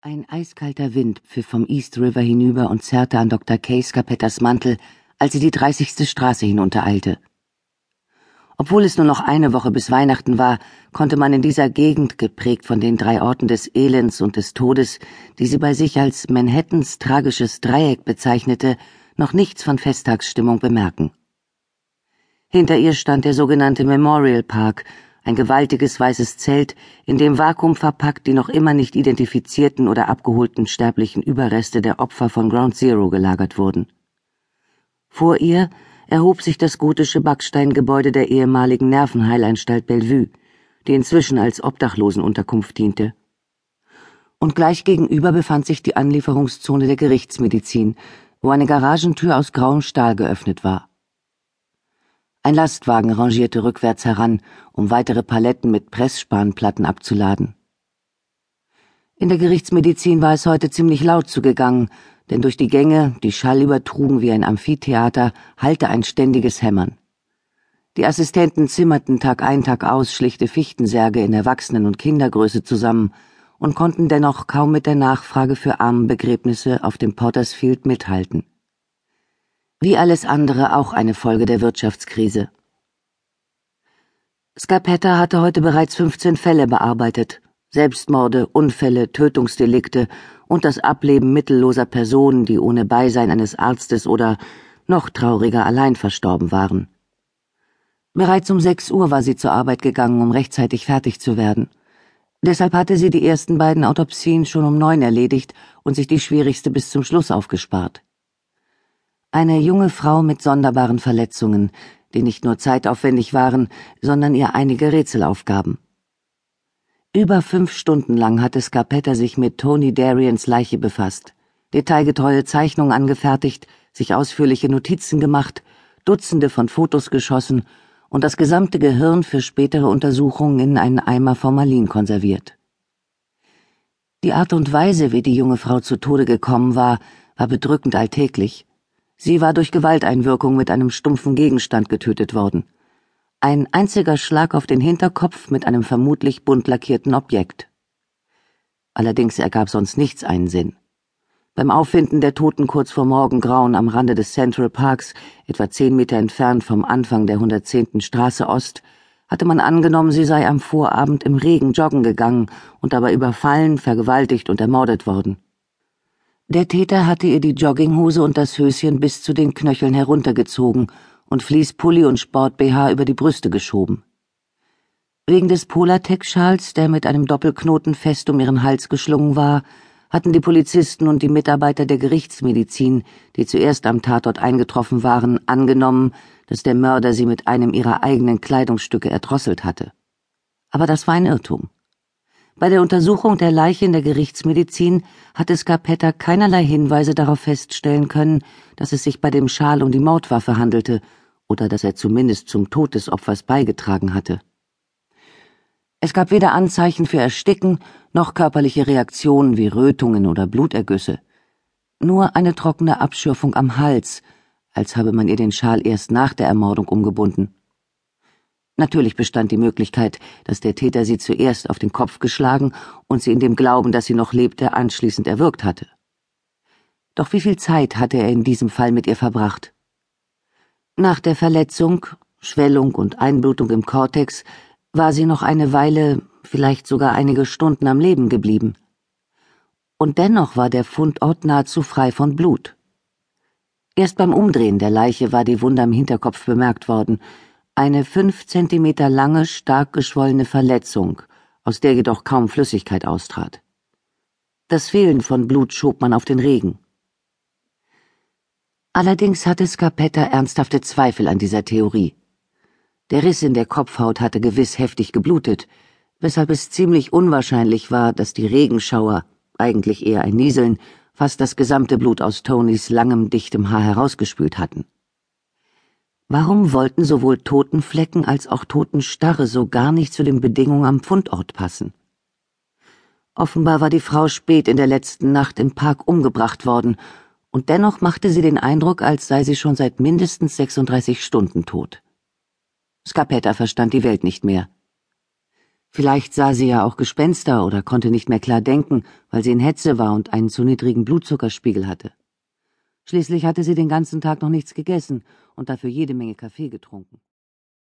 Ein eiskalter Wind pfiff vom East River hinüber und zerrte an Dr. Kay Scarpettas Mantel, als sie die 30. Straße hinuntereilte. Obwohl es nur noch eine Woche bis Weihnachten war, konnte man in dieser Gegend, geprägt von den 3 Orten des Elends und des Todes, die sie bei sich als Manhattans tragisches Dreieck bezeichnete, noch nichts von Festtagsstimmung bemerken. Hinter ihr stand der sogenannte Memorial Park, ein gewaltiges weißes Zelt, in dem vakuumverpackt die noch immer nicht identifizierten oder abgeholten sterblichen Überreste der Opfer von Ground Zero gelagert wurden. Vor ihr erhob sich das gotische Backsteingebäude der ehemaligen Nervenheilanstalt Bellevue, die inzwischen als Obdachlosenunterkunft diente. Und gleich gegenüber befand sich die Anlieferungszone der Gerichtsmedizin, wo eine Garagentür aus grauem Stahl geöffnet war. Ein Lastwagen rangierte rückwärts heran, um weitere Paletten mit Pressspanplatten abzuladen. In der Gerichtsmedizin war es heute ziemlich laut zugegangen, denn durch die Gänge, die Schall übertrugen wie ein Amphitheater, hallte ein ständiges Hämmern. Die Assistenten zimmerten Tag ein, Tag aus schlichte Fichtensärge in Erwachsenen- und Kindergröße zusammen und konnten dennoch kaum mit der Nachfrage für Armenbegräbnisse auf dem Pottersfield mithalten. Wie alles andere auch eine Folge der Wirtschaftskrise. Scarpetta hatte heute bereits 15 Fälle bearbeitet. Selbstmorde, Unfälle, Tötungsdelikte und das Ableben mittelloser Personen, die ohne Beisein eines Arztes oder, noch trauriger, allein verstorben waren. Bereits um 6 Uhr war sie zur Arbeit gegangen, um rechtzeitig fertig zu werden. Deshalb hatte sie die ersten beiden Autopsien schon um 9 erledigt und sich die schwierigste bis zum Schluss aufgespart. Eine junge Frau mit sonderbaren Verletzungen, die nicht nur zeitaufwendig waren, sondern ihr einige Rätsel aufgaben. Über 5 Stunden lang hatte Scarpetta sich mit Tony Dariens Leiche befasst, detailgetreue Zeichnungen angefertigt, sich ausführliche Notizen gemacht, Dutzende von Fotos geschossen und das gesamte Gehirn für spätere Untersuchungen in einen Eimer Formalin konserviert. Die Art und Weise, wie die junge Frau zu Tode gekommen war bedrückend alltäglich. Sie war durch Gewalteinwirkung mit einem stumpfen Gegenstand getötet worden. Ein einziger Schlag auf den Hinterkopf mit einem vermutlich bunt lackierten Objekt. Allerdings ergab sonst nichts einen Sinn. Beim Auffinden der Toten kurz vor Morgengrauen am Rande des Central Parks, etwa 10 Meter entfernt vom Anfang der 110. Straße Ost, hatte man angenommen, sie sei am Vorabend im Regen joggen gegangen und dabei überfallen, vergewaltigt und ermordet worden. Der Täter hatte ihr die Jogginghose und das Höschen bis zu den Knöcheln heruntergezogen und Fleece-Pulli und Sport-BH über die Brüste geschoben. Wegen des Polartec-Schals, der mit einem Doppelknoten fest um ihren Hals geschlungen war, hatten die Polizisten und die Mitarbeiter der Gerichtsmedizin, die zuerst am Tatort eingetroffen waren, angenommen, dass der Mörder sie mit einem ihrer eigenen Kleidungsstücke erdrosselt hatte. Aber das war ein Irrtum. Bei der Untersuchung der Leiche in der Gerichtsmedizin hatte Scarpetta keinerlei Hinweise darauf feststellen können, dass es sich bei dem Schal um die Mordwaffe handelte oder dass er zumindest zum Tod des Opfers beigetragen hatte. Es gab weder Anzeichen für Ersticken noch körperliche Reaktionen wie Rötungen oder Blutergüsse. Nur eine trockene Abschürfung am Hals, als habe man ihr den Schal erst nach der Ermordung umgebunden. Natürlich bestand die Möglichkeit, dass der Täter sie zuerst auf den Kopf geschlagen und sie in dem Glauben, dass sie noch lebte, anschließend erwürgt hatte. Doch wie viel Zeit hatte er in diesem Fall mit ihr verbracht? Nach der Verletzung, Schwellung und Einblutung im Kortex war sie noch eine Weile, vielleicht sogar einige Stunden am Leben geblieben. Und dennoch war der Fundort nahezu frei von Blut. Erst beim Umdrehen der Leiche war die Wunde am Hinterkopf bemerkt worden, eine 5 Zentimeter lange, stark geschwollene Verletzung, aus der jedoch kaum Flüssigkeit austrat. Das Fehlen von Blut schob man auf den Regen. Allerdings hatte Scarpetta ernsthafte Zweifel an dieser Theorie. Der Riss in der Kopfhaut hatte gewiss heftig geblutet, weshalb es ziemlich unwahrscheinlich war, dass die Regenschauer, eigentlich eher ein Nieseln, fast das gesamte Blut aus Tonys langem, dichtem Haar herausgespült hatten. Warum wollten sowohl Totenflecken als auch Totenstarre so gar nicht zu den Bedingungen am Fundort passen? Offenbar war die Frau spät in der letzten Nacht im Park umgebracht worden, und dennoch machte sie den Eindruck, als sei sie schon seit mindestens 36 Stunden tot. Scarpetta verstand die Welt nicht mehr. Vielleicht sah sie ja auch Gespenster oder konnte nicht mehr klar denken, weil sie in Hetze war und einen zu niedrigen Blutzuckerspiegel hatte. Schließlich hatte sie den ganzen Tag noch nichts gegessen und dafür jede Menge Kaffee getrunken.